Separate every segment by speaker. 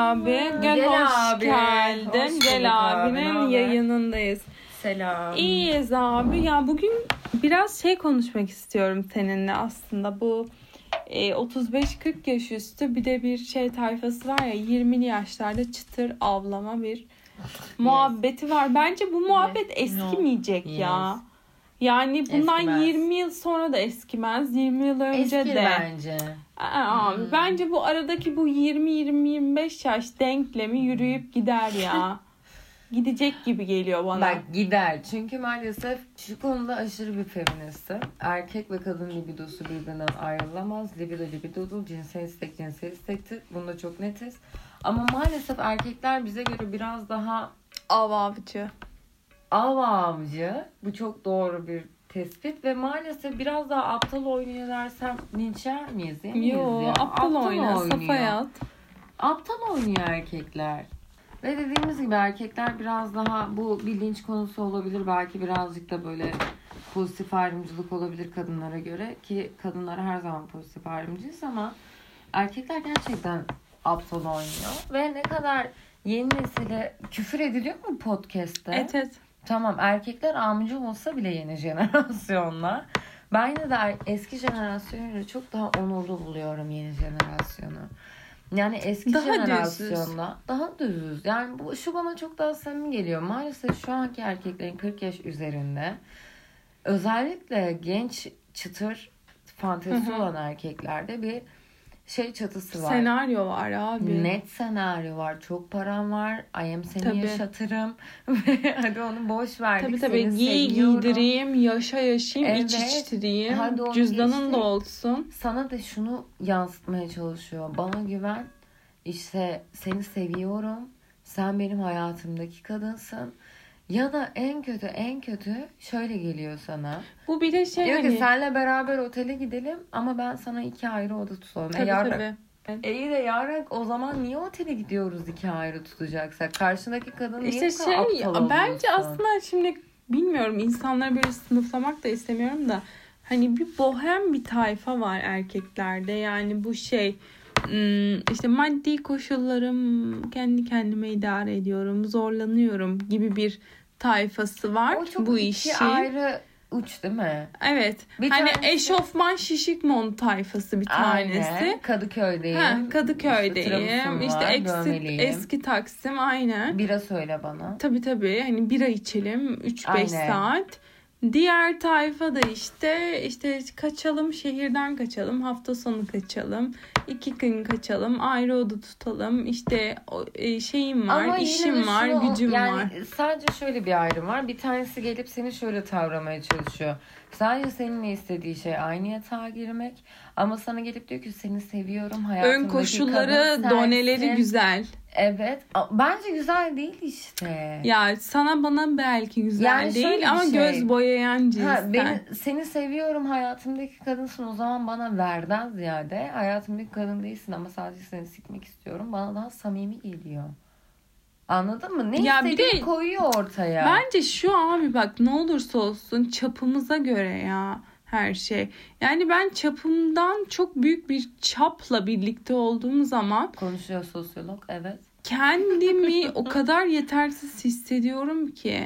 Speaker 1: abi. Gel hoş
Speaker 2: abi.
Speaker 1: geldin.
Speaker 2: Hoş
Speaker 1: Gel abinin
Speaker 2: abi,
Speaker 1: yayınındayız.
Speaker 2: Selam.
Speaker 1: İyiyiz abi. Ya bugün biraz konuşmak istiyorum seninle aslında. Bu 35-40 yaş üstü bir de bir tayfası var ya, 20'li yaşlarda çıtır avlama bir muhabbeti var. Bence bu muhabbet eskimeyecek ya. Yani bundan
Speaker 2: Eskimez.
Speaker 1: 20 yıl sonra da eskimez. 20 yıl önce
Speaker 2: Eskir
Speaker 1: de.
Speaker 2: bence.
Speaker 1: Abi bence bu aradaki bu 20-25 yaş denklemi yürüyüp gider ya. Gidecek gibi geliyor bana.
Speaker 2: Bak gider. Çünkü maalesef şu konuda aşırı bir feministim. Erkek ve kadın libidosu birbirinden ayrılamaz. Libido libidodur. Cinsel istek cinsel istektir. Bunda çok netiz. Ama maalesef erkekler bize göre biraz daha
Speaker 1: Avcı.
Speaker 2: av avcı. Bu çok doğru bir tespit ve maalesef biraz daha aptal oynuyor dersem linçer miyiz?
Speaker 1: Yo,
Speaker 2: ya?
Speaker 1: aptal oynuyor. Safa yat.
Speaker 2: Aptal oynuyor erkekler. Ve dediğimiz gibi erkekler biraz daha, bu bilinç konusu olabilir. Belki birazcık da böyle pozitif ayrımcılık olabilir kadınlara göre. Ki kadınlar her zaman pozitif ayrımcıyız ama erkekler gerçekten aptal oynuyor. Ve ne kadar yeni nesile küfür ediliyor mu podcast'te?
Speaker 1: Evet.
Speaker 2: Tamam, erkekler amcı olsa bile yeni jenerasyonla. Ben yine de eski jenerasyonuyla çok daha onurlu buluyorum yeni jenerasyonu. Yani eski
Speaker 1: daha
Speaker 2: jenerasyonla daha düzüz. Yani şu bana çok daha samimi geliyor. Maalesef şu anki erkeklerin 40 yaş üzerinde, özellikle genç çıtır fantezi olan erkeklerde bir çatısı var.
Speaker 1: Senaryo var abi.
Speaker 2: Net senaryo var. Çok param var. I am seni
Speaker 1: Tabii.
Speaker 2: yaşatırım. Hadi onu boş verdik.
Speaker 1: Tabii.
Speaker 2: Seni
Speaker 1: Giydireyim, yaşayayım,
Speaker 2: Evet.
Speaker 1: içtireyim.
Speaker 2: Hadi onu
Speaker 1: Cüzdanın
Speaker 2: geçtik.
Speaker 1: da olsun.
Speaker 2: Sana da şunu yansıtmaya çalışıyor. Bana güven. İşte seni seviyorum. Sen benim hayatımdaki kadınsın. Ya da en kötü şöyle geliyor sana.
Speaker 1: Bu bir de
Speaker 2: Diyor ki senle beraber otele gidelim ama ben sana 2 ayrı oda tutalım.
Speaker 1: Tabii.
Speaker 2: İyi de yarak, o zaman niye otele gidiyoruz 2 ayrı tutacaksak? Karşındaki kadın niye
Speaker 1: İşte
Speaker 2: bu kadar aptal oluyorsun?
Speaker 1: bence aslında şimdi bilmiyorum, insanları böyle sınıflamak da istemiyorum da hani bir bohem bir tayfa var erkeklerde. Yani bu işte maddi koşullarım, kendi kendime idare ediyorum, zorlanıyorum gibi bir tayfası var
Speaker 2: O çok
Speaker 1: bu
Speaker 2: iki
Speaker 1: işin.
Speaker 2: ayrı uç değil mi?
Speaker 1: Evet.
Speaker 2: Bir
Speaker 1: hani
Speaker 2: tanesi-
Speaker 1: eşofman şişik mont tayfası bir tanesi.
Speaker 2: Aynen. Kadıköy'deyim.
Speaker 1: Kadıköy'deyim.
Speaker 2: Trabzon'um
Speaker 1: İşte
Speaker 2: var,
Speaker 1: eski,
Speaker 2: dövmeliyim.
Speaker 1: eski Taksim, aynen.
Speaker 2: Bira söyle bana.
Speaker 1: Tabii. Hani bira içelim 3-5
Speaker 2: Aynen.
Speaker 1: saat. Diğer tayfa da işte kaçalım, şehirden kaçalım, hafta sonu kaçalım, 2 gün kaçalım, ayrı oda tutalım, işte şeyim var,
Speaker 2: Ama
Speaker 1: işim var, gücüm var.
Speaker 2: Yani sadece şöyle bir ayrım var. Bir tanesi gelip seni şöyle tavlamaya çalışıyor. Sadece seninle istediği şey aynı yatağa girmek. Ama sana gelip diyor ki seni seviyorum, hayatımdaki
Speaker 1: Ön koşulları,
Speaker 2: kadın
Speaker 1: doneleri
Speaker 2: sensin.
Speaker 1: güzel.
Speaker 2: Evet. Bence güzel değil işte.
Speaker 1: Ya sana bana belki güzel
Speaker 2: Yani şöyle
Speaker 1: değil
Speaker 2: bir
Speaker 1: ama
Speaker 2: şey.
Speaker 1: göz boyayan cinsten.
Speaker 2: Seni seviyorum, hayatımdaki kadınsın, o zaman bana verden ziyade hayatımdaki kadın değilsin ama sadece seni sikmek istiyorum. Bana daha samimi geliyor. Anladın mı? Ne
Speaker 1: Ya bir
Speaker 2: istediğini
Speaker 1: de
Speaker 2: koyuyor ortaya.
Speaker 1: Bence şu abi bak, ne olursa olsun çapımıza göre ya her şey. Yani ben çapımdan çok büyük bir çapla birlikte olduğum zaman
Speaker 2: Konuşuyor sosyolog, evet.
Speaker 1: kendimi o kadar yetersiz hissediyorum ki.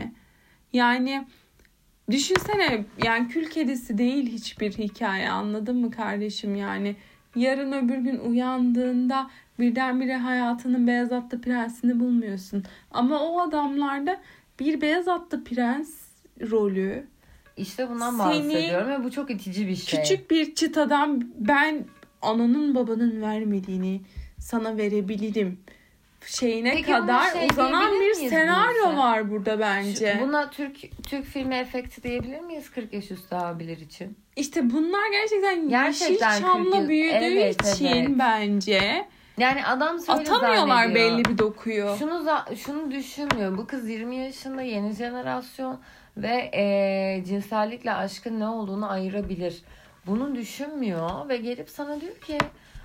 Speaker 1: Yani düşünsene, yani kül kedisi değil hiçbir hikaye, anladın mı kardeşim? Yani yarın öbür gün uyandığında birdenbire hayatının beyaz atlı prensini bulmuyorsun. Ama o adamlarda bir beyaz atlı prens rolü.
Speaker 2: İşte bundan
Speaker 1: Seni
Speaker 2: bahsediyorum ve bu çok itici bir şey.
Speaker 1: Küçük bir çıtadan ben ananın babanın vermediğini sana verebilirim şeyine
Speaker 2: Peki buna
Speaker 1: kadar uzanan
Speaker 2: diyebilir
Speaker 1: bir
Speaker 2: miyiz
Speaker 1: senaryo
Speaker 2: Buse?
Speaker 1: var burada bence.
Speaker 2: Buna Türk filmi efekti diyebilir miyiz 40 yaş üstü abiler için?
Speaker 1: İşte bunlar gerçekten
Speaker 2: Gerçekten
Speaker 1: Yeşilçam'la büyüdüğü
Speaker 2: evet.
Speaker 1: için bence
Speaker 2: Yani adam şöyle
Speaker 1: atamıyorlar
Speaker 2: zannediyor.
Speaker 1: belli bir dokuyu.
Speaker 2: Şunu düşünmüyor. Bu kız 20 yaşında, yeni jenerasyon ve cinsellikle aşkın ne olduğunu ayırabilir. Bunu düşünmüyor ve gelip sana diyor ki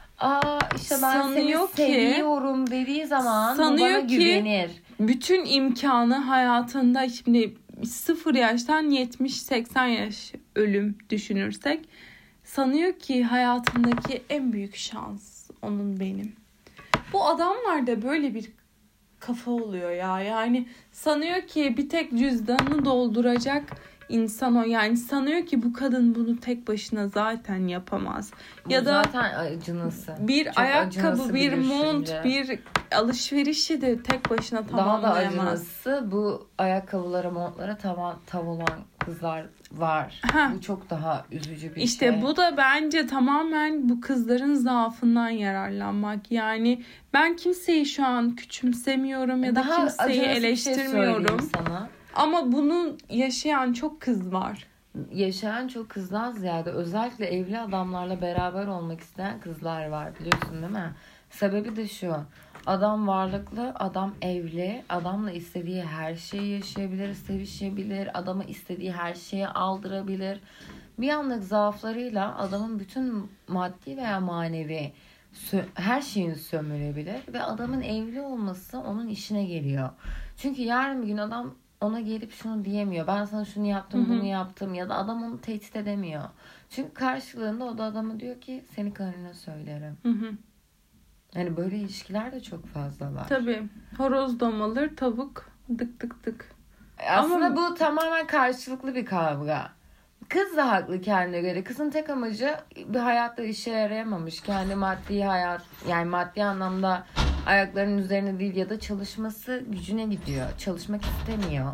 Speaker 2: işte ben
Speaker 1: Sanıyor
Speaker 2: seni
Speaker 1: ki-
Speaker 2: seviyorum dediği zaman bu
Speaker 1: sanıyor
Speaker 2: bana
Speaker 1: ki-
Speaker 2: güvenir.
Speaker 1: Bütün imkanı hayatında, şimdi 0 yaştan 70-80 yaş ölüm düşünürsek, sanıyor ki hayatındaki en büyük şans onun benim. Bu adamlarda böyle bir kafa oluyor ya. Yani sanıyor ki bir tek cüzdanını dolduracak insan o. Yani sanıyor ki bu kadın bunu tek başına zaten yapamaz.
Speaker 2: Bu
Speaker 1: Ya da
Speaker 2: zaten acınası.
Speaker 1: bir
Speaker 2: Çok
Speaker 1: ayakkabı,
Speaker 2: acınası
Speaker 1: bir mont,
Speaker 2: düşünce.
Speaker 1: bir alışverişi de tek başına
Speaker 2: Daha da
Speaker 1: tamamlayamaz.
Speaker 2: acınası bu ayakkabılara, montlara tav olan kızlar var.
Speaker 1: Heh.
Speaker 2: Bu çok daha üzücü bir
Speaker 1: İşte
Speaker 2: şey.
Speaker 1: bu da bence tamamen bu kızların zaafından yararlanmak. Yani ben kimseyi şu an küçümsemiyorum ya da
Speaker 2: Daha
Speaker 1: kimseyi
Speaker 2: acınası bir şey
Speaker 1: eleştirmiyorum.
Speaker 2: söyleyeyim sana.
Speaker 1: Ama bunu yaşayan çok kız var.
Speaker 2: Yaşayan çok kızdan ziyade özellikle evli adamlarla beraber olmak isteyen kızlar var, biliyorsun değil mi? Sebebi de şu. Adam varlıklı, adam evli, adamla istediği her şeyi yaşayabilir, sevişebilir, adama istediği her şeyi aldırabilir. Bir anlık zaaflarıyla adamın bütün maddi veya manevi her şeyini sömürebilir ve adamın evli olması onun işine geliyor. Çünkü yarın bir gün adam ona gelip şunu diyemiyor. Ben sana şunu yaptım, bunu yaptım, ya da adam onu tehdit edemiyor. Çünkü karşılığında o da adama diyor ki seni karına söylerim. Yani böyle ilişkiler de çok fazla var.
Speaker 1: Tabii. Horoz domalır, tavuk dık dık dık.
Speaker 2: Aslında
Speaker 1: Ama
Speaker 2: bu tamamen karşılıklı bir kavga. Kız da haklı kendine göre. Kızın tek amacı bir hayatta işe yarayamamış. Kendi maddi hayat, yani maddi anlamda ayaklarının üzerine değil ya da çalışması gücüne gidiyor. Çalışmak istemiyor.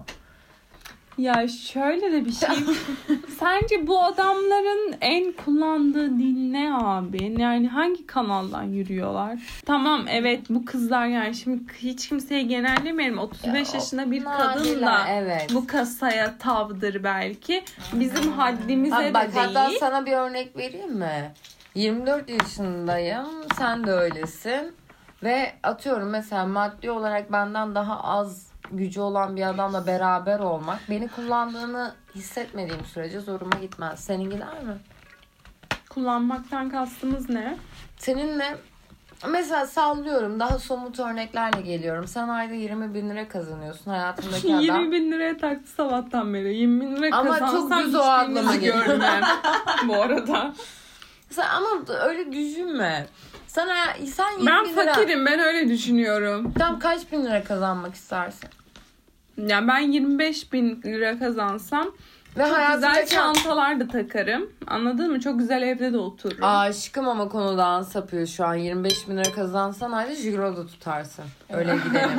Speaker 1: ya şöyle de bir şey. Sence bu adamların en kullandığı dil ne abi? Yani hangi kanaldan yürüyorlar? Tamam, evet, bu kızlar, yani şimdi hiç kimseye genellemeyelim. 35 yaşında bir kadın da
Speaker 2: evet.
Speaker 1: bu kasaya tavdır belki. Bizim haddimize
Speaker 2: Abi
Speaker 1: de
Speaker 2: bak, hatta
Speaker 1: değil.
Speaker 2: sana bir örnek vereyim mi? 24 yaşındayım. Sen de öylesin. Ve atıyorum mesela maddi olarak benden daha az gücü olan bir adamla beraber olmak beni kullandığını hissetmediğim sürece zoruma gitmez. Senin gider mi?
Speaker 1: Kullanmaktan kastımız ne?
Speaker 2: Seninle mesela sallıyorum, daha somut örneklerle geliyorum. Sen ayda 20 bin lira kazanıyorsun, hayatındaki adam.
Speaker 1: 20 bin liraya taktı sabahtan beri. 20 bin lira
Speaker 2: Ama
Speaker 1: kazansam
Speaker 2: çok düz o aklıma
Speaker 1: hiçbirinizi
Speaker 2: geliyor.
Speaker 1: görmem. Bu arada.
Speaker 2: Ama öyle düşünme. Sen 20
Speaker 1: Ben
Speaker 2: bin lira...
Speaker 1: fakirim, ben öyle düşünüyorum.
Speaker 2: Tam kaç bin lira kazanmak istersin?
Speaker 1: Yani ben 25 bin lira kazansam
Speaker 2: Ve
Speaker 1: çok güzel
Speaker 2: hayatındaki...
Speaker 1: çantalar da takarım. Anladın mı? Çok güzel evde de otururum.
Speaker 2: Aşkım ama konudan sapıyor şu an. 25 bin lira kazansan ayda jigolo da tutarsın. Öyle gidelim.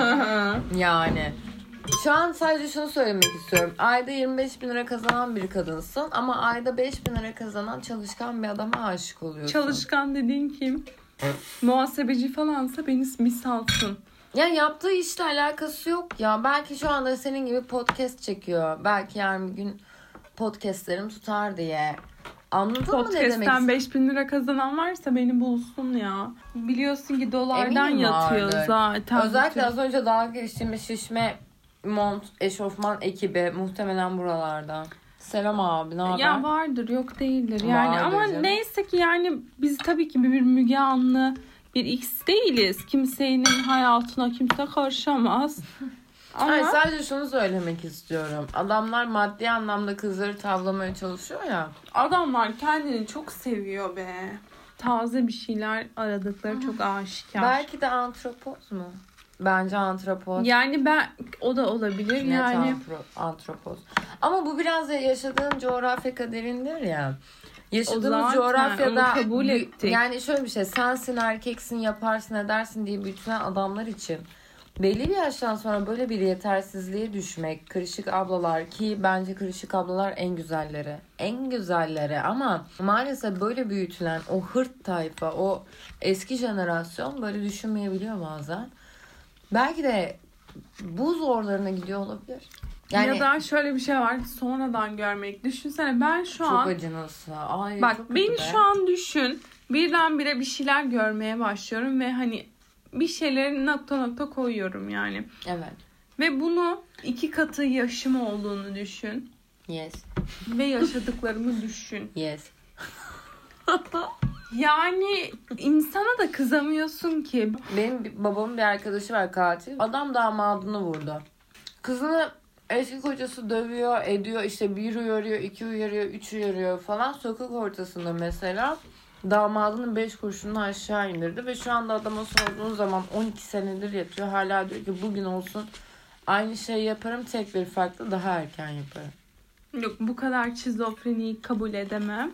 Speaker 2: Yani. Şu an sadece şunu söylemek istiyorum. Ayda 25 bin lira kazanan bir kadınsın. Ama ayda 5 bin lira kazanan çalışkan bir adama aşık oluyorsun.
Speaker 1: Çalışkan dediğin kim? Muhasebeci falansa beni misalsın.
Speaker 2: Ya yaptığı işle alakası yok ya. Belki şu anda senin gibi podcast çekiyor. Belki yarın bir gün podcastlerim tutar diye. Anladın mı ne demek?
Speaker 1: Podcast'ten 5 bin lira kazanan varsa beni bulsun ya. Biliyorsun ki dolardan
Speaker 2: Eminim
Speaker 1: yatıyor
Speaker 2: vardır.
Speaker 1: zaten.
Speaker 2: Özellikle az önce dalga geçtiğimiz şişme mont, eşofman ekibi muhtemelen buralardan. Selam abi, ne haber?
Speaker 1: Ya vardır, yok değildir. Yani
Speaker 2: Vardır
Speaker 1: ama
Speaker 2: canım.
Speaker 1: neyse ki yani biz tabii ki bir Müge Anlı, bir X değiliz. Kimsenin hayatına kimse karışamaz. Ama
Speaker 2: Hayır, sadece şunu söylemek istiyorum. Adamlar maddi anlamda kızları tavlamaya çalışıyor ya.
Speaker 1: adamlar kendini çok seviyor be. Taze bir şeyler aradıkları çok aşikar.
Speaker 2: Belki de antropoz mu? Bence antropoz.
Speaker 1: Yani o da olabilir.
Speaker 2: Net
Speaker 1: Yani
Speaker 2: antropoz. Ama bu biraz da yaşadığın coğrafya kaderindir ya.
Speaker 1: O
Speaker 2: Yaşadığımız
Speaker 1: zaten,
Speaker 2: coğrafyada
Speaker 1: onu kabul ettik.
Speaker 2: yani şöyle bir şey, sensin, erkeksin, yaparsın, edersin diye büyütülen adamlar için belli bir yaştan sonra böyle bir yetersizliğe düşmek, kırışık ablalar, ki bence kırışık ablalar en güzelleri. En güzelleri, ama maalesef böyle büyütülen o hırt tayfa, o eski jenerasyon böyle düşünmeyebiliyor bazen. Belki de bu zorlarına gidiyor olabilir. Yani
Speaker 1: ya da şöyle bir şey var. Sonradan görmek. Düşünsene, ben şu
Speaker 2: çok
Speaker 1: an
Speaker 2: acınası. Ay,
Speaker 1: bak,
Speaker 2: çok kötü
Speaker 1: beni
Speaker 2: be.
Speaker 1: şu an düşün. Birdenbire bir şeyler görmeye başlıyorum ve hani bir şeyleri nokta nokta koyuyorum yani.
Speaker 2: Evet.
Speaker 1: Ve bunu 2 katı yaşım olduğunu düşün.
Speaker 2: Yes.
Speaker 1: Ve yaşadıklarımı düşün.
Speaker 2: Yes.
Speaker 1: Yani insana da kızamıyorsun ki.
Speaker 2: Benim babamın bir arkadaşı var, katil. Adam damadını vurdu. Kızını eski kocası dövüyor, ediyor. İşte bir uyarıyor, 2 uyarıyor, 3 uyarıyor falan. Sokak ortasında mesela. damadının 5 kuruşunu aşağı indirdi ve şu anda adama sorduğun zaman 12 senedir yatıyor. Hala diyor ki bugün olsun aynı şeyi yaparım, tek bir farklı, daha erken yaparım.
Speaker 1: Yok, bu kadar şizofreniyi kabul edemem.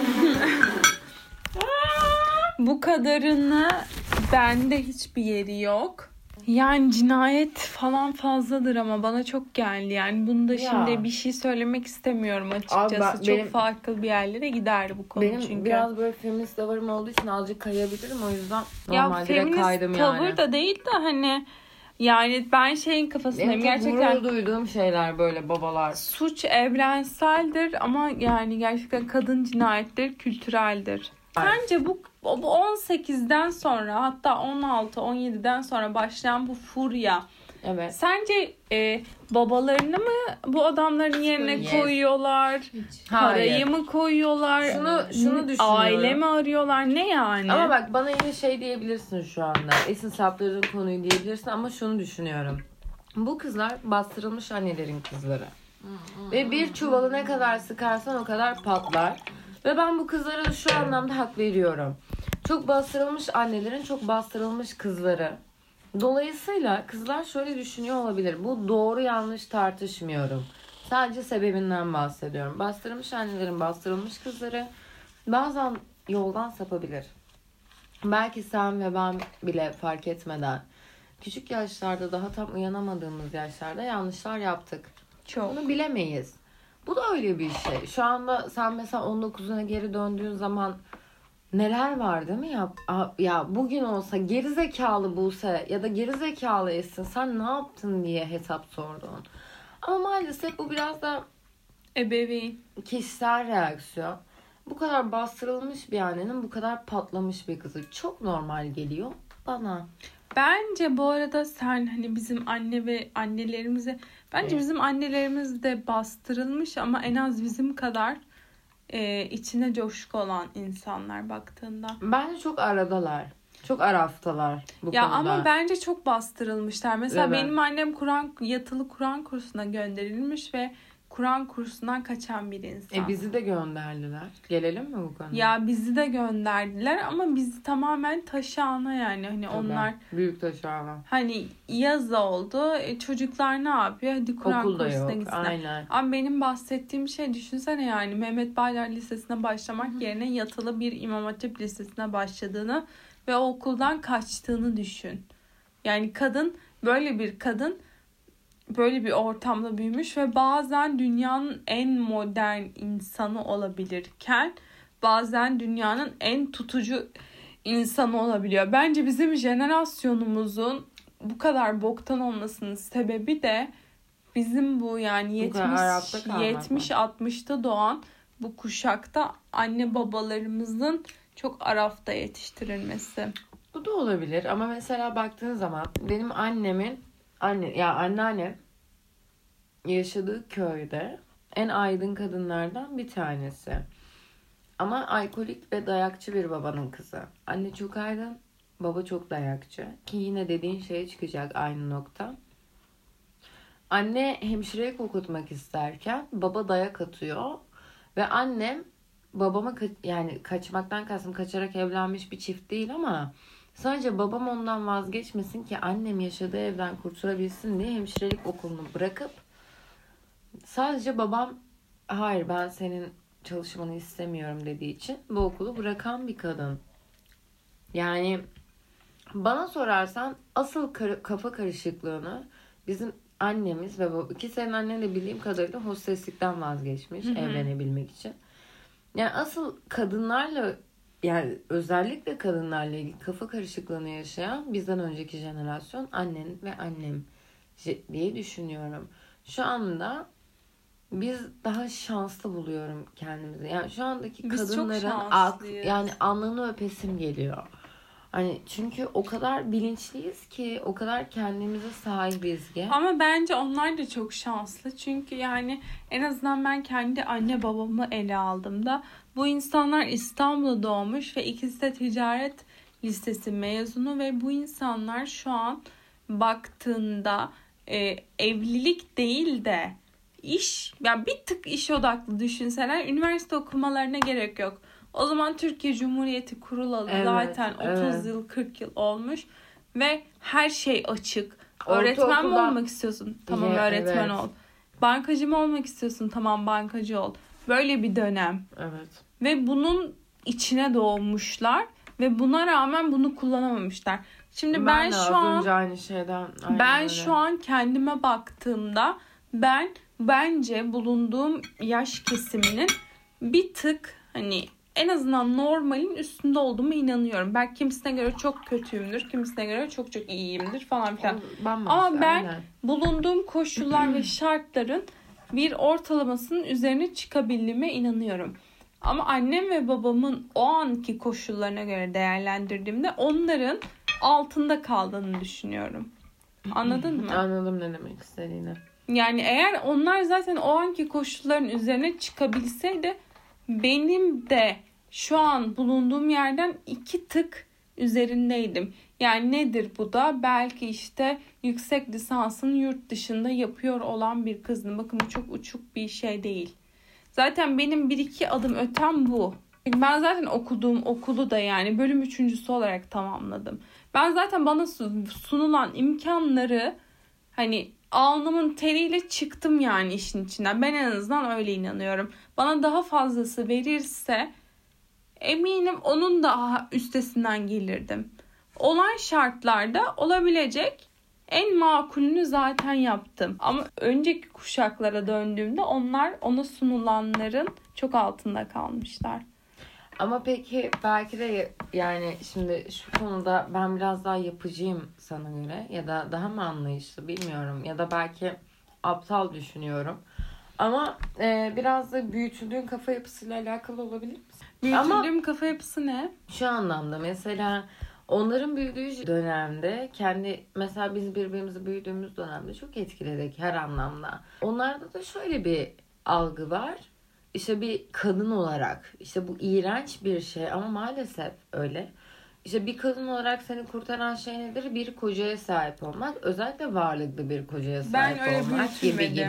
Speaker 1: Bu kadarını bende hiçbir yeri yok. Yani cinayet falan fazladır ama bana çok geldi. Yani bunu da şimdi bir şey söylemek istemiyorum açıkçası.
Speaker 2: Abi
Speaker 1: çok farklı bir yerlere gider bu konu
Speaker 2: benim
Speaker 1: çünkü.
Speaker 2: Benim biraz böyle feminist davarım olduğu için azıcık kayabilirim. O yüzden
Speaker 1: ya
Speaker 2: direkt kaydım yani.
Speaker 1: Ya tavır da değil de hani yani ben şeyin kafasındayım.
Speaker 2: Benim
Speaker 1: gerçekten
Speaker 2: gurur duyduğum şeyler böyle babalar.
Speaker 1: Suç evrenseldir ama yani gerçekten kadın cinayetleri kültüreldir. Bence bu 18'den sonra, hatta 16-17'den sonra başlayan bu furya.
Speaker 2: Evet.
Speaker 1: Sence babalarını mı bu adamların yerine koyuyorlar? Parayı mı koyuyorlar?
Speaker 2: Şunu düşünüyorum.
Speaker 1: Aile mi arıyorlar? Ne yani?
Speaker 2: Ama bak, bana yine şey diyebilirsin şu anda. Esin saptırdığın konuyu diyebilirsin ama şunu düşünüyorum. Bu kızlar bastırılmış annelerin kızları. Ve bir çuvalı ne kadar sıkarsan o kadar patlar. Ve ben bu kızlara şu anlamda hak veriyorum. Çok bastırılmış annelerin çok bastırılmış kızları. Dolayısıyla kızlar şöyle düşünüyor olabilir. Bu doğru yanlış tartışmıyorum. Sadece sebebinden bahsediyorum. Bastırılmış annelerin bastırılmış kızları bazen yoldan sapabilir. Belki sen ve ben bile fark etmeden küçük yaşlarda, daha tam uyanamadığımız yaşlarda yanlışlar yaptık.
Speaker 1: Çok.
Speaker 2: Bunu bilemeyiz. Bu da öyle bir şey. Şu anda sen mesela 19'una geri döndüğün zaman neler var değil mi ya? Ya bugün olsa gerizekalı Buse ya da gerizekalı Esin sen ne yaptın diye hesap sordun. Ama maalesef bu biraz da
Speaker 1: ebeveyn
Speaker 2: kişisel reaksiyon. Bu kadar bastırılmış bir annenin bu kadar patlamış bir kızı çok normal geliyor bana.
Speaker 1: Bence bu arada sen hani bizim anne ve annelerimize bence bizim annelerimiz de bastırılmış ama en az bizim kadar içine coşku olan insanlar baktığında.
Speaker 2: Bence çok aradalar. Çok araftalar bu konuda.
Speaker 1: Ama bence çok bastırılmışlar. Mesela
Speaker 2: Evet.
Speaker 1: benim annem yatılı Kur'an kursuna gönderilmiş ve Kur'an kursundan kaçan bir insan.
Speaker 2: Bizi de gönderdiler. Gelelim mi bu konuya?
Speaker 1: Ya bizi de gönderdiler ama bizi tamamen taşağına yani hani
Speaker 2: Tabii.
Speaker 1: onlar
Speaker 2: büyük taşağına.
Speaker 1: hani yaz oldu. Çocuklar ne yapıyor? Hadi Kur'an kursuna gitsinler.
Speaker 2: Aynen.
Speaker 1: Ama benim bahsettiğim şey düşünsene yani Mehmet Baylar Lisesi'ne başlamak yerine yatılı bir İmam Hatip Lisesi'ne başladığını ve o okuldan kaçtığını düşün. Yani böyle bir ortamda büyümüş ve bazen dünyanın en modern insanı olabilirken bazen dünyanın en tutucu insanı olabiliyor. Bence bizim jenerasyonumuzun bu kadar boktan olmasının sebebi de bizim bu yani 70-60'ta doğan bu kuşakta anne babalarımızın çok arafta yetiştirilmesi.
Speaker 2: Bu da olabilir ama mesela baktığın zaman benim anneannem yaşadığı köyde en aydın kadınlardan bir tanesi. Ama alkolik ve dayakçı bir babanın kızı. Anne çok aydın, baba çok dayakçı. Ki yine dediğin şeye çıkacak aynı nokta. Anne hemşirelik okutmak isterken baba dayak atıyor. Ve annem babama yani kaçmaktan kastım kaçarak evlenmiş bir çift değil ama sadece babam ondan vazgeçmesin ki annem yaşadığı evden kurtulabilsin diye hemşirelik okulunu bırakıp sadece babam hayır ben senin çalışmanı istemiyorum dediği için bu okulu bırakan bir kadın. Yani bana sorarsan asıl kafa karışıklığını bizim annemiz ve babam, ki senin annen de bildiğim kadarıyla hosteslikten vazgeçmiş evlenebilmek için. Yani asıl kadınlarla yani özellikle kadınlarla ilgili kafa karışıklığını yaşayan bizden önceki jenerasyon annen ve annem diye düşünüyorum. Şu anda biz daha şanslı buluyorum kendimizi. Yani şu andaki kadınların yani alnını öpesim geliyor. Hani çünkü o kadar bilinçliyiz ki, o kadar kendimize sahibiz ki.
Speaker 1: Ama bence onlar da çok şanslı. Çünkü yani en azından ben kendi anne babamı ele aldığımda bu insanlar İstanbul'da doğmuş ve ikisi de ticaret lisesi mezunu ve bu insanlar şu an baktığında evlilik değil de iş, yani bir tık iş odaklı düşünseler üniversite okumalarına gerek yok. O zaman Türkiye Cumhuriyeti kurulalı zaten 30 yıl 40 yıl olmuş ve her şey açık. Öğretmen mi olmak istiyorsun? Tamam öğretmen ol. Bankacı mı olmak istiyorsun? Tamam bankacı ol. Böyle bir dönem.
Speaker 2: Evet.
Speaker 1: Ve bunun içine doğmuşlar ve buna rağmen bunu kullanamamışlar. Şimdi ben şu an
Speaker 2: aynı şeyden
Speaker 1: şu an kendime baktığımda bence bulunduğum yaş kesiminin bir tık hani en azından normalin üstünde olduğumu inanıyorum. Belki kimisine göre çok kötüyümdür, kimisine göre çok çok iyiyimdir falan filan. Ama ben bulunduğum koşullar ve şartların bir ortalamasının üzerine çıkabildiğime inanıyorum. Ama annem ve babamın o anki koşullarına göre değerlendirdiğimde onların altında kaldığını düşünüyorum. Anladın mı?
Speaker 2: Anladım ne demek istediğini.
Speaker 1: Yani eğer onlar zaten o anki koşulların üzerine çıkabilseydi benim de şu an bulunduğum yerden 2 tık üzerindeydim. Yani nedir bu da? Belki işte yüksek lisansını yurt dışında yapıyor olan bir kızdım. Bakın bu çok uçuk bir şey değil. Zaten benim 1-2 adım ötem bu. Ben zaten okuduğum okulu da yani bölüm 3.'sü olarak tamamladım. Ben zaten bana sunulan imkanları hani alnımın teriyle çıktım yani işin içinden. Ben en azından öyle inanıyorum. Bana daha fazlası verirse eminim onun da üstesinden gelirdim. Olan şartlarda olabilecek en makulünü zaten yaptım. Ama önceki kuşaklara döndüğümde onlar ona sunulanların çok altında kalmışlar.
Speaker 2: Ama peki belki de yani şimdi şu konuda ben biraz daha yapıcıyım sana göre ya da daha mı anlayışlı bilmiyorum ya da belki aptal düşünüyorum. Ama biraz da büyütüldüğün kafa yapısıyla alakalı olabilir mi?
Speaker 1: Büyütüldüğüm kafa yapısı ne?
Speaker 2: Şu anlamda mesela onların büyüdüğü dönemde mesela biz birbirimizi büyüdüğümüz dönemde çok etkiledik her anlamda. Onlarda da şöyle bir algı var. İşte bir kadın olarak işte bu iğrenç bir şey ama maalesef öyle. İşte bir kadın olarak seni kurtaran şey nedir? Bir kocaya sahip olmak. Özellikle varlıklı bir kocaya sahip olmak gibi.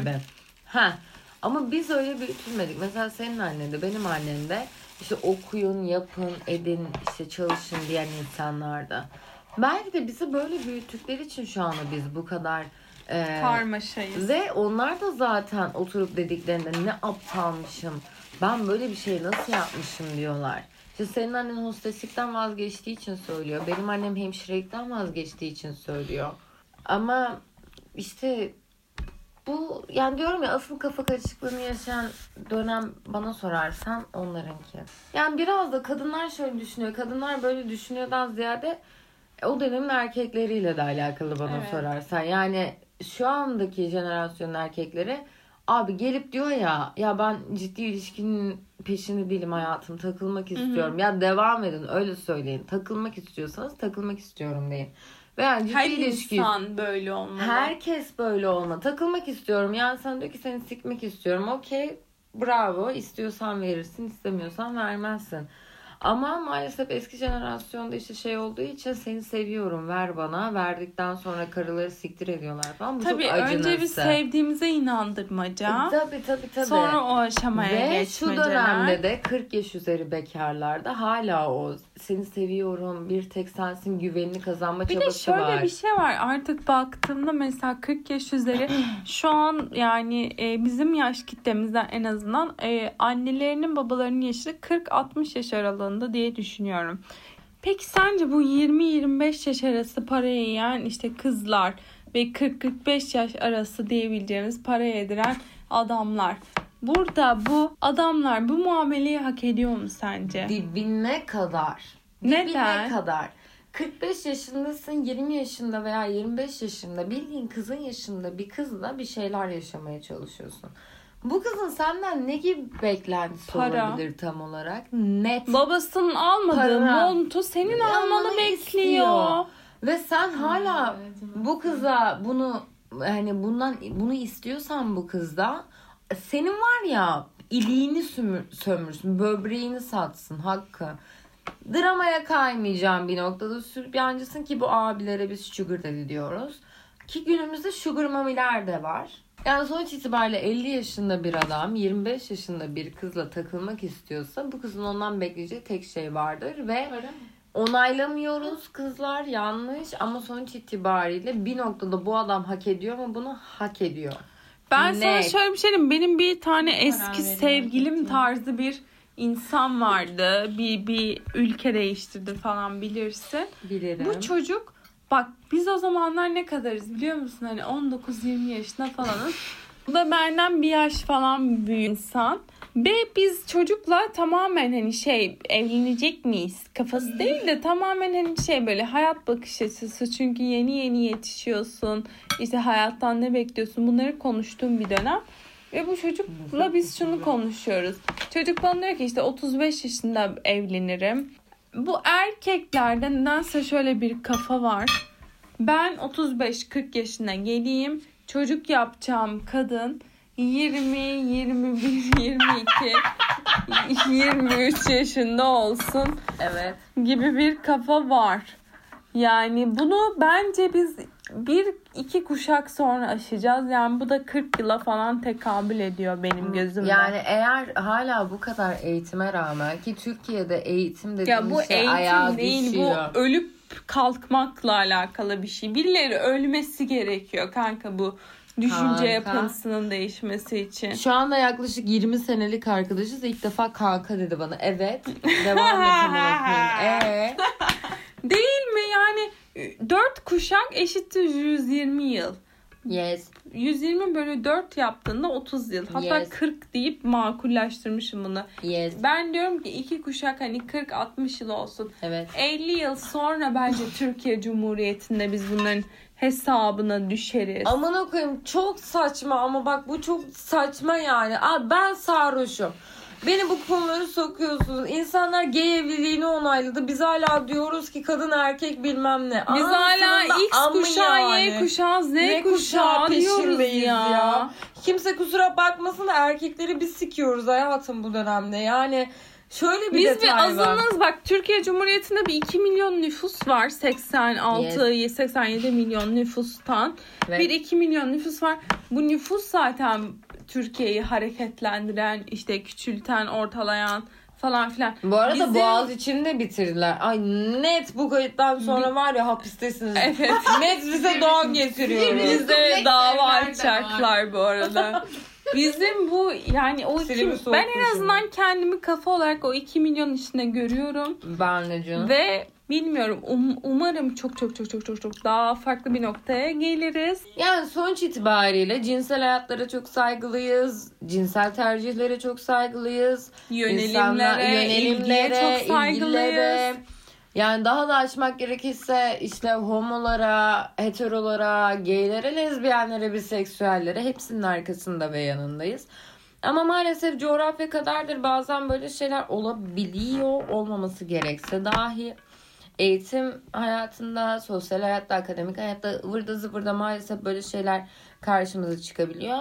Speaker 2: Ama biz öyle büyütülmedik. Mesela senin annen de benim annem de işte okuyun, yapın, edin, işte çalışın diyen insanlardı. Belki de bizi böyle büyüttükleri için şu anda biz bu kadar
Speaker 1: karmaşayız.
Speaker 2: Ve onlar da zaten oturup dediklerinde ne aptalmışım, ben böyle bir şey nasıl yapmışım diyorlar. İşte senin annen hosteslikten vazgeçtiği için söylüyor. Benim annem hemşirelikten vazgeçtiği için söylüyor. Ama işte bu yani diyorum ya asıl kafa karışıklığını yaşayan dönem bana sorarsan onlarınki. Yani biraz da kadınlar şöyle düşünüyor, kadınlar böyle düşünüyordan ziyade o dönemin erkekleriyle de alakalı bana sorarsan. Yani şu andaki jenerasyonun erkekleri abi gelip diyor ya ben ciddi ilişkinin peşinde değilim hayatım, takılmak istiyorum. Hı-hı. Ya devam edin öyle söyleyin. Takılmak istiyorsanız takılmak istiyorum deyin. Veya ciddi
Speaker 1: her insan böyle olmalı.
Speaker 2: Herkes böyle olmalı. Takılmak istiyorum. Yani sen diyor ki seni sikmek istiyorum. Okey, bravo. İstiyorsan verirsin, istemiyorsan vermezsin. Ama maalesef eski jenerasyonda işte şey olduğu için seni seviyorum ver bana. Verdikten sonra karıları siktir ediyorlar falan. Bu
Speaker 1: tabii
Speaker 2: çok acınası.
Speaker 1: Önce bir sevdiğimize inandırmaca.
Speaker 2: Tabii.
Speaker 1: Sonra o aşamaya geçmeceler.
Speaker 2: Ve şu dönemde de 40 yaş üzeri bekarlarda hala o seni seviyorum bir tek sensin güvenini kazanma çabası var.
Speaker 1: Bir de şöyle bir şey var. Artık baktığımda mesela 40 yaş üzeri şu an yani bizim yaş kitlemizden en azından annelerinin babalarının yaşı 40-60 yaş aralığında diye düşünüyorum. Peki sence bu 20-25 yaş arası parayı yiyen işte kızlar ve 40-45 yaş arası diyebileceğimiz para yediren adamlar. Burada bu adamlar bu muameleyi hak ediyor mu sence?
Speaker 2: Dibine kadar.
Speaker 1: Neden?
Speaker 2: Dibine kadar. 45 yaşındasın, 20 yaşında veya 25 yaşında bildiğin kızın yaşında bir kızla bir şeyler yaşamaya çalışıyorsun. Bu kızın senden ne gibi beklentisi olabilir tam olarak? Net.
Speaker 1: Babasının almadığı montu senin almanı bekliyor. İstiyor.
Speaker 2: Ve sen hala bu kıza bunu hani bunu istiyorsan bu kızda senin var ya iliğini sömürsün, böbreğini satsın hakkı. Dramaya kaymayacağım bir noktada sübyancısın ki bu abilere biz sugar daddy diyoruz. Ki günümüzde sugar mamiler de var. Yani sonuç itibariyle 50 yaşında bir adam 25 yaşında bir kızla takılmak istiyorsa bu kızın ondan bekleyeceği tek şey vardır ve onaylamıyoruz kızlar, yanlış, ama sonuç itibariyle bir noktada bu adam hak ediyor mu, bunu hak ediyor.
Speaker 1: Ben sana şöyle bir şey diyeyim. Benim bir tane eski sevgilim tarzı bir insan vardı. Bir ülke değiştirdi falan, bilirsin.
Speaker 2: Bilirim.
Speaker 1: Bu çocuk, bak biz o zamanlar ne kadarız biliyor musun? Hani 19-20 yaşında falanız. Bu da benden bir yaş falan büyük insan. Ve biz çocukla tamamen hani evlenecek miyiz kafası değil de tamamen hani böyle hayat bakış açısı. Çünkü yeni yetişiyorsun. İşte hayattan ne bekliyorsun, bunları konuştuğum bir dönem. Ve bu çocukla biz şunu konuşuyoruz. Çocuk bana diyor ki işte 35 yaşında evlenirim. Bu erkeklerde nedense şöyle bir kafa var. Ben 35-40 yaşına geleyim. Çocuk yapacağım kadın 20, 21, 22, 23 yaşında olsun.
Speaker 2: Evet.
Speaker 1: Gibi bir kafa var. Yani bunu bence biz 1-2 kuşak sonra aşacağız. Yani bu da 40 yıla falan tekabül ediyor benim gözümde.
Speaker 2: Yani eğer hala bu kadar eğitime rağmen, ki Türkiye'de eğitim dediğimiz şey ayağa
Speaker 1: değil,
Speaker 2: düşüyor.
Speaker 1: bu ölüp kalkmakla alakalı bir şey. Birileri ölmesi gerekiyor kanka, bu düşünce yapısının değişmesi için.
Speaker 2: Şu anda yaklaşık 20 senelik arkadaşız. İlk defa kanka dedi bana. Evet. Devam et.
Speaker 1: Değil mi? Yani 4 kuşak eşittir 120 yıl.
Speaker 2: Yes.
Speaker 1: 120 bölü 4 yaptığında 30 yıl. Hatta
Speaker 2: Yes.
Speaker 1: 40 deyip makullaştırmışım bunu.
Speaker 2: Yes.
Speaker 1: Ben diyorum ki 2 kuşak hani 40-60 yıl olsun.
Speaker 2: Evet.
Speaker 1: 50 yıl sonra bence Türkiye Cumhuriyeti'nde biz bunların hesabına düşeriz.
Speaker 2: Amına koyayım, çok saçma ama bak bu çok saçma yani. Abi ben sarhoşum. Beni bu konuları sokuyorsunuz. İnsanlar gay evliliğini onayladı. Biz hala diyoruz ki kadın erkek bilmem ne.
Speaker 1: Biz hala X kuşağı, Y kuşağı, Z kuşağı diyoruz ya.
Speaker 2: Kimse kusura bakmasın da erkekleri biz sikiyoruz hayatım bu dönemde. Yani şöyle bir
Speaker 1: biz
Speaker 2: detay var.
Speaker 1: Biz bir azınız. Bak Türkiye Cumhuriyeti'nde bir 2 milyon nüfus var. 87 milyon nüfustan. Evet. Bir 2 milyon nüfus var. Bu nüfus zaten Türkiye'yi hareketlendiren, işte küçülten, ortalayan falan filan.
Speaker 2: Bu arada Boğaz içinde bitirdiler. Ay net bu kayıttan sonra var ya hapistesiniz.
Speaker 1: Evet.
Speaker 2: Net bize don getiriyor.
Speaker 1: Bize dava açacaklar bu arada. Bizim bu yani o ben en azından kendimi kafa olarak o 2 milyon içinde görüyorum.
Speaker 2: Ben de canım.
Speaker 1: Ve bilmiyorum, umarım çok daha farklı bir noktaya geliriz.
Speaker 2: Yani sonuç itibariyle cinsel hayatlara çok saygılıyız. Cinsel tercihlere çok saygılıyız.
Speaker 1: Yönelimlere, ilgiye çok saygılıyız.
Speaker 2: Yani daha da açmak gerekirse işte homolara, heterolara, gaylere, lezbiyenlere, biseksüellere hepsinin arkasında ve yanındayız. Ama maalesef coğrafya kadardır. Bazen böyle şeyler olabiliyor, olmaması gerekse dahi. Eğitim hayatında, sosyal hayatta, akademik hayatta ıvırda zıvırda maalesef böyle şeyler karşımıza çıkabiliyor.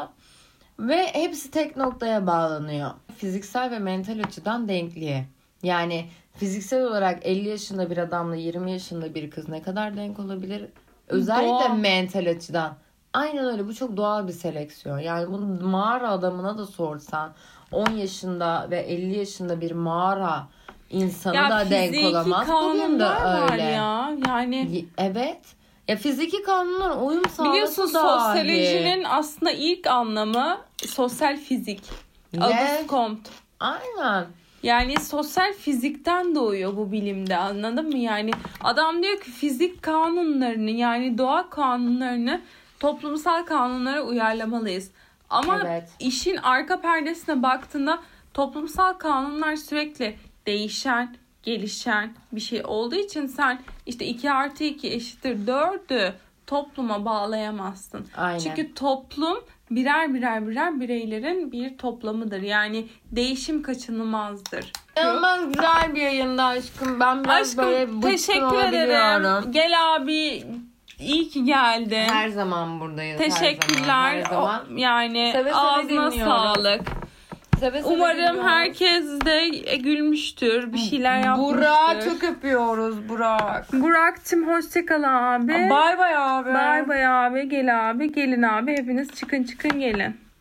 Speaker 2: Ve hepsi tek noktaya bağlanıyor. Fiziksel ve mental açıdan denkliğe. Yani fiziksel olarak 50 yaşında bir adamla 20 yaşında bir kız ne kadar denk olabilir? Özellikle mental açıdan. Aynen öyle, bu çok doğal bir seleksiyon. Yani bunu mağara adamına da sorsan 10 yaşında ve 50 yaşında bir mağara insanı
Speaker 1: ya
Speaker 2: da denk olamaz. Bugün de öyle.
Speaker 1: Ya. Yani
Speaker 2: evet. Ya fiziki kanunlar uyum sağlaması
Speaker 1: biliyorsun, sosyolojinin aslında ilk anlamı sosyal fizik. Auguste Comte.
Speaker 2: Aynen.
Speaker 1: Yani sosyal fizikten doğuyor bu bilimde, anladın mı? Yani adam diyor ki fizik kanunlarını, yani doğa kanunlarını toplumsal kanunlara uyarlamalıyız. Ama işin arka perdesine baktığında toplumsal kanunlar sürekli değişen, gelişen bir şey olduğu için sen işte 2+2 eşittir 4'ü topluma bağlayamazsın.
Speaker 2: Aynen.
Speaker 1: Çünkü toplum birer bireylerin bir toplamıdır. Yani değişim kaçınılmazdır.
Speaker 2: İnanılmaz güzel bir yayında aşkım. Ben biraz böyle
Speaker 1: teşekkür ederim. Gel abi, iyi ki geldin.
Speaker 2: Her zaman buradayız.
Speaker 1: Teşekkürler.
Speaker 2: Her zaman.
Speaker 1: Yani
Speaker 2: seve
Speaker 1: ağzına
Speaker 2: dinliyorum.
Speaker 1: sağlık.
Speaker 2: Seve seve
Speaker 1: Umarım
Speaker 2: geliyoruz.
Speaker 1: herkes de gülmüştür. Bir şeyler yapmıştır.
Speaker 2: Burak çok öpüyoruz Burak.
Speaker 1: Burak'cığım hoşça kal abi.
Speaker 2: Bay bay abi.
Speaker 1: Bay bay abi. Gel abi. Gelin abi. Hepiniz çıkın gelin.